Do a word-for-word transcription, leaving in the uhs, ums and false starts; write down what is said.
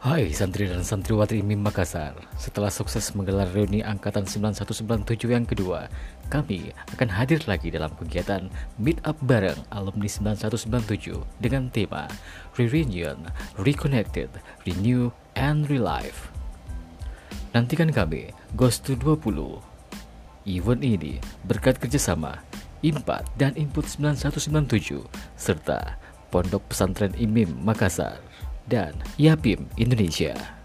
Hai santri dan santriwati M I M Makassar, setelah sukses menggelar reuni Angkatan sembilan satu sembilan tujuh yang kedua, kami akan hadir lagi dalam kegiatan Meet Up bareng alumni sembilan satu sembilan tujuh dengan tema Reunion, Reconnected, Renew, and Relive. Nantikan kami, Ghost to dua puluh. Event ini berkat kerjasama IMPAT dan Input sembilan satu sembilan tujuh, serta Pondok Pesantren I M I M Makassar dan Yapim Indonesia.